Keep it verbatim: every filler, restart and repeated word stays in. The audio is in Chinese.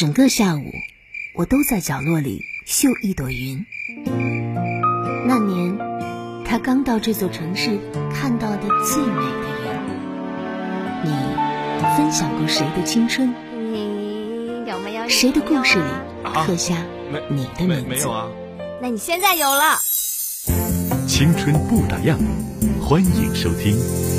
整个下午，我都在角落里绣一朵云。那年，他刚到这座城市看到的最美的云。你分享过谁的青春？ 你有没有？ 谁的故事里刻下你的名字？ 没有啊。 那你现在有了。 青春不打烊，欢迎收听。